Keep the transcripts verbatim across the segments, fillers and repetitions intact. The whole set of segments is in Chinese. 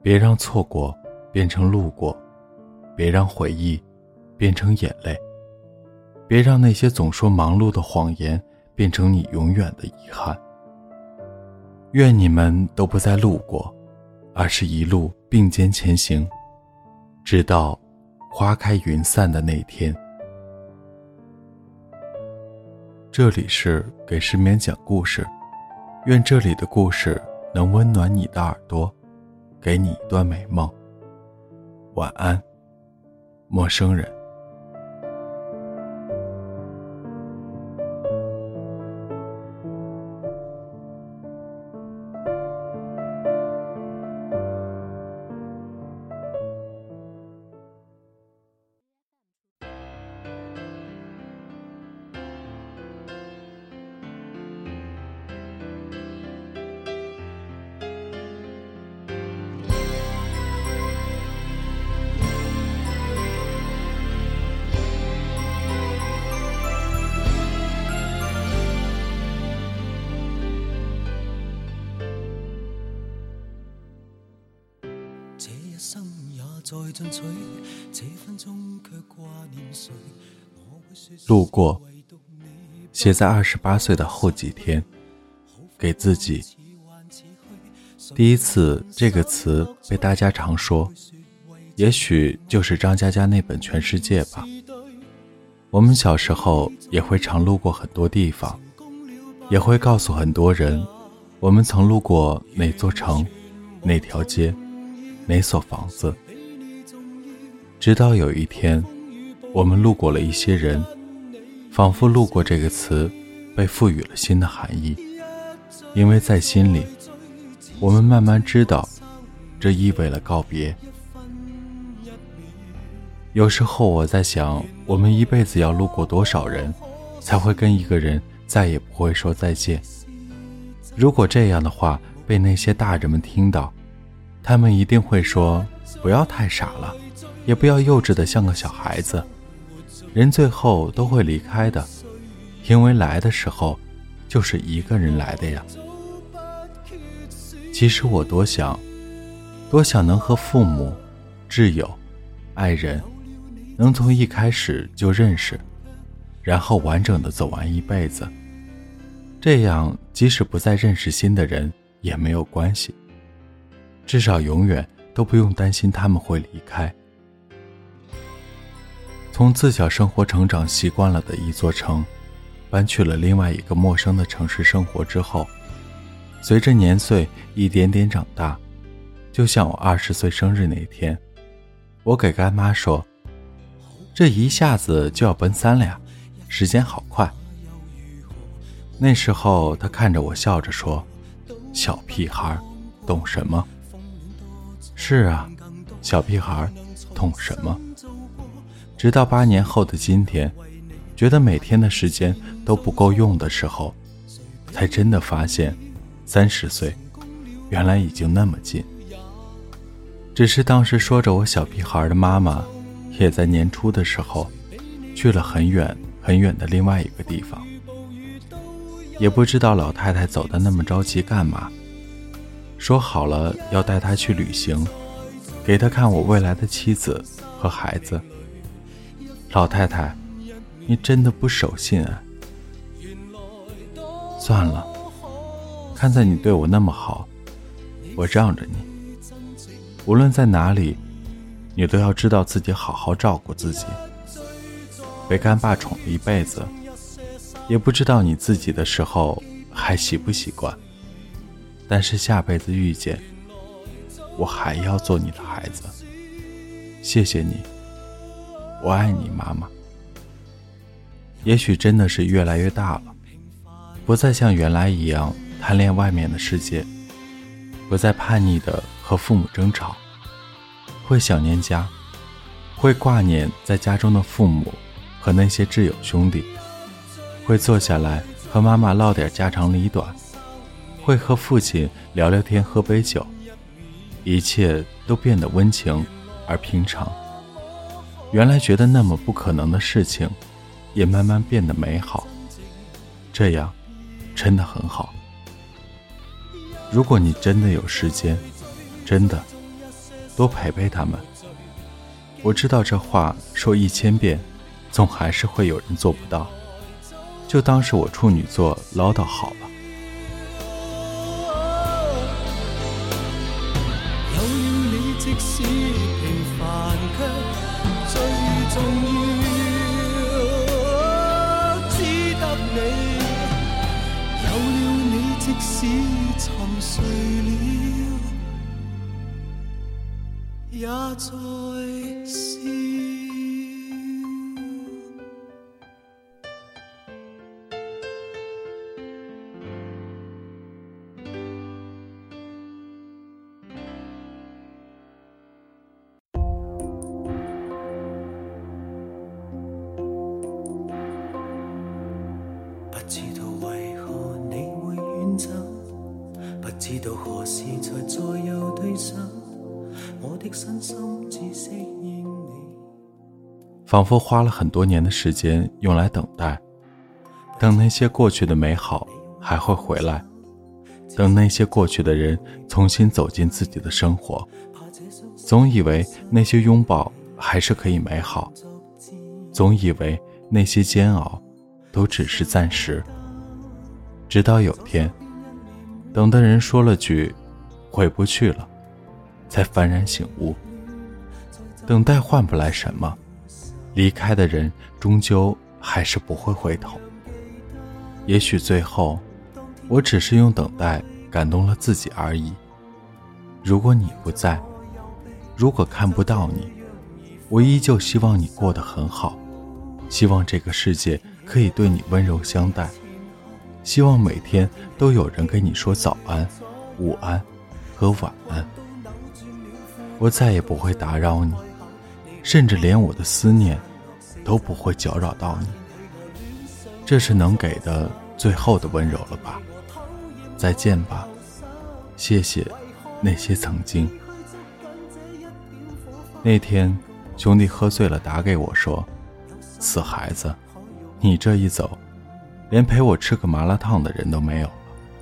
别让错过变成路过，别让回忆变成眼泪，别让那些总说忙碌的谎言变成你永远的遗憾。愿你们都不再路过，而是一路并肩前行，直到花开云散的那天。这里是给失眠讲故事，愿这里的故事能温暖你的耳朵，给你一段美梦。晚安，陌生人。路过，写在二十八岁的后几天，给自己。第一次这个词被大家常说，也许就是张嘉佳那本《全世界》吧。我们小时候也会常路过很多地方，也会告诉很多人，我们曾路过哪座城，哪条街，哪所房子。直到有一天，我们路过了一些人，仿佛路过这个词被赋予了新的含义，因为在心里，我们慢慢知道，这意味了告别。有时候我在想，我们一辈子要路过多少人，才会跟一个人再也不会说再见？如果这样的话被那些大人们听到，他们一定会说，不要太傻了，也不要幼稚得像个小孩子，人最后都会离开的，因为来的时候就是一个人来的呀。其实我多想多想能和父母、挚友、爱人能从一开始就认识，然后完整的走完一辈子，这样即使不再认识新的人也没有关系，至少永远都不用担心他们会离开。从自小生活成长习惯了的一座城，搬去了另外一个陌生的城市生活之后，随着年岁一点点长大，就像我二十岁生日那天，我给干妈说，这一下子就要奔三了呀，时间好快。那时候她看着我笑着说，小屁孩懂什么？是啊，小屁孩懂什么？直到八年后的今天，觉得每天的时间都不够用的时候，才真的发现三十岁原来已经那么近。只是当时说着我小屁孩的妈妈，也在年初的时候去了很远很远的另外一个地方，也不知道老太太走得那么着急干嘛，说好了要带她去旅行，给她看我未来的妻子和孩子。老太太，你真的不守信啊。算了，看在你对我那么好，我让着你。无论在哪里，你都要知道自己好好照顾自己。被干爸宠了一辈子，也不知道你自己的时候还习不习惯，但是下辈子遇见，我还要做你的孩子。谢谢你，我爱你，妈妈。也许真的是越来越大了，不再像原来一样贪恋外面的世界，不再叛逆的和父母争吵，会想念家，会挂念在家中的父母和那些挚友兄弟，会坐下来和妈妈唠点家长里短，会和父亲聊聊天喝杯酒，一切都变得温情而平常。原来觉得那么不可能的事情，也慢慢变得美好，这样真的很好。如果你真的有时间，真的多陪陪他们。我知道这话说一千遍，总还是会有人做不到，就当是我处女座唠叨好了。 有了你，即使平凡卻最重要，只得你。有了你，即使沉睡了，也在笑。不知道為何你會遠走，不知道何時才再有對手，我的身心只適應你。 仿佛花了很多年的時間用來等待，等那些過去的美好還會回來，等那些過去的人重新走進自己的生活，總以為那些擁抱還是可以美好，總以為那些煎熬都只是暫時，直到有天，等的人說了句回不去了，才幡然醒悟，等待換不來什麼，離開的人終究還是不會回頭。也許最後我只是用等待感動了自己而已。如果你不在，如果看不到你，我依舊希望你過得很好，希望這個世界可以對你溫柔相待，希望每天都有人跟你說早安、午安和晚安。我再也不會打擾你，甚至連我的思念都不會攪擾到你。這是能給的最後的溫柔了吧？再見吧，謝謝那些曾經。那天兄弟喝醉了打給我說，死孩子，你這一走，連陪我吃個麻辣燙的人都沒有了。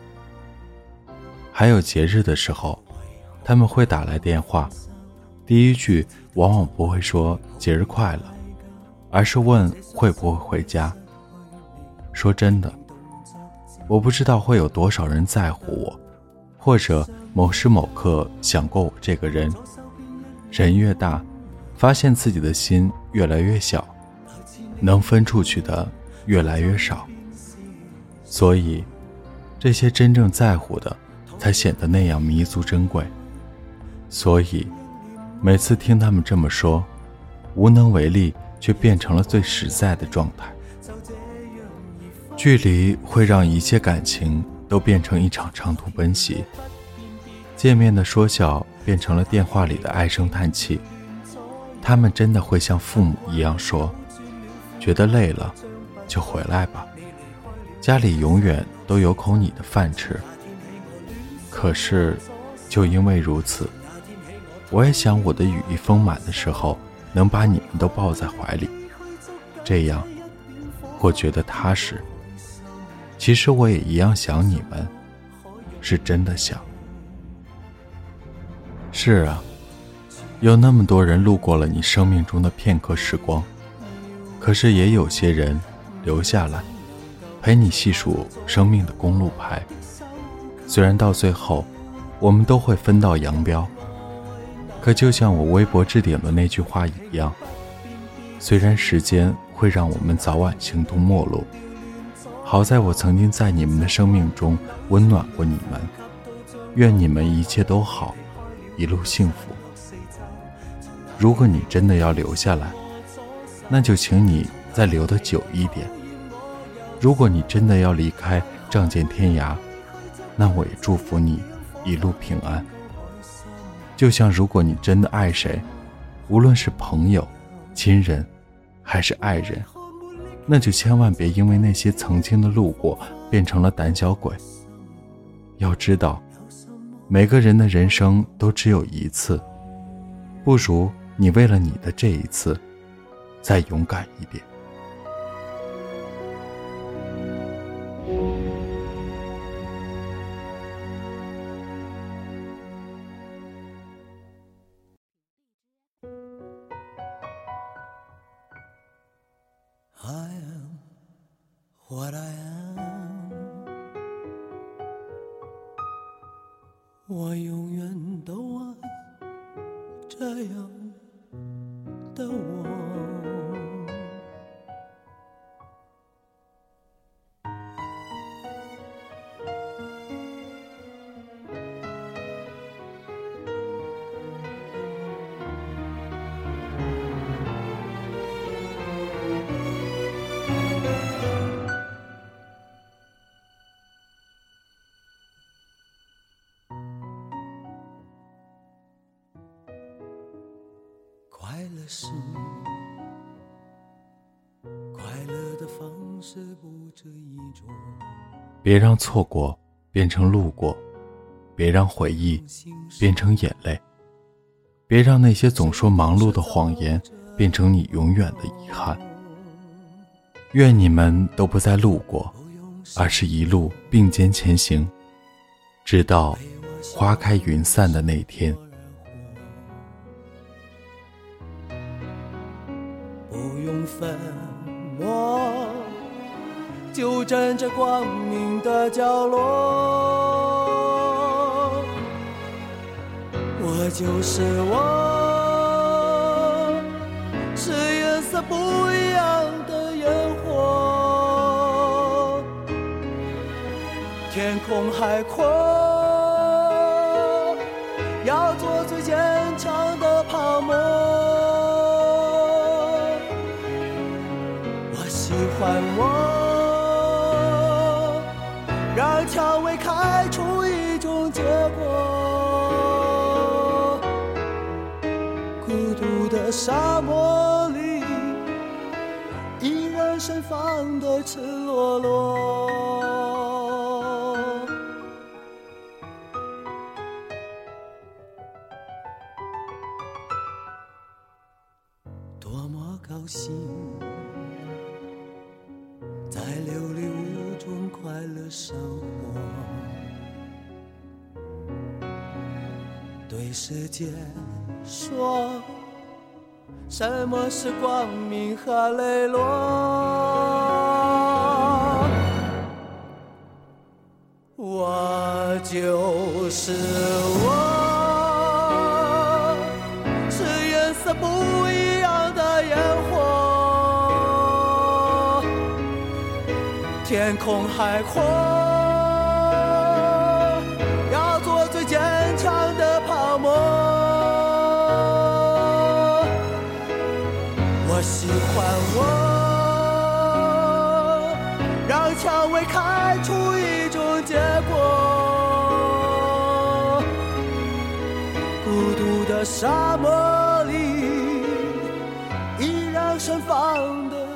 還有節日的時候，他們會打來電話，第一句往往不會說節日快樂，而是問會不會回家。說真的，我不知道會有多少人在乎我，或者某時某刻想過我這個人。人越大，發現自己的心越來越小，能分出去的越來越少，所以這些真正在乎的才顯得那樣彌足珍貴。所以每次聽他們這麼說，無能為力卻變成了最實在的狀態。距離會讓一切感情都變成一場長途奔襲，見面的說笑變成了電話裡的唉聲嘆氣。他們真的會像父母一樣說，覺得累了就回來吧，家裡永遠都有口你的飯吃。可是就因為如此，我也想我的羽翼豐滿的時候能把你們都抱在懷裡，這樣我覺得踏實。其實我也一樣想你們，是真的想。是啊，有那麼多人路過了你生命中的片刻時光，可是也有些人留下來陪你細數生命的公路牌。雖然到最後我們都會分道揚鑣，可就像我微博置頂的那句話一樣，雖然時間會讓我們早晚形同陌路，好在我曾經在你們的生命中溫暖過你們，願你們一切都好，一路幸福。如果你真的要留下來，那就請你再留得久一點。如果你真的要離開，仗劍天涯，那我也祝福你一路平安。就像如果你真的愛誰，無論是朋友、親人還是愛人，那就千萬別因為那些曾經的路過變成了膽小鬼。要知道，每個人的人生都只有一次，不如你為了你的這一次再勇敢一點。 What I am， 我永远都爱这样的我。快乐是快乐的方式不止一种， 别让错过变成路过，别让回忆变成眼泪，别让那些总说忙碌的谎言变成你永远的遗憾。愿你们都不再路过，而是一路并肩前行，直到花开云散的那天。 不用粉墨，就站在光明的角落，我就是我，是颜色不一样的烟火，天空海阔，要做最坚强的泡沫。喜欢我，让蔷薇开出一种结果。孤独的沙漠里，依然盛放的赤裸裸。多么高兴，在琉璃屋中快乐生活，对世界说什么是光明和磊落。我就是我，是颜色不一样的烟火，天空海阔，要做最坚强的泡沫。我喜欢我，让蔷薇开出一种结果。孤独的沙漠里，依然盛放的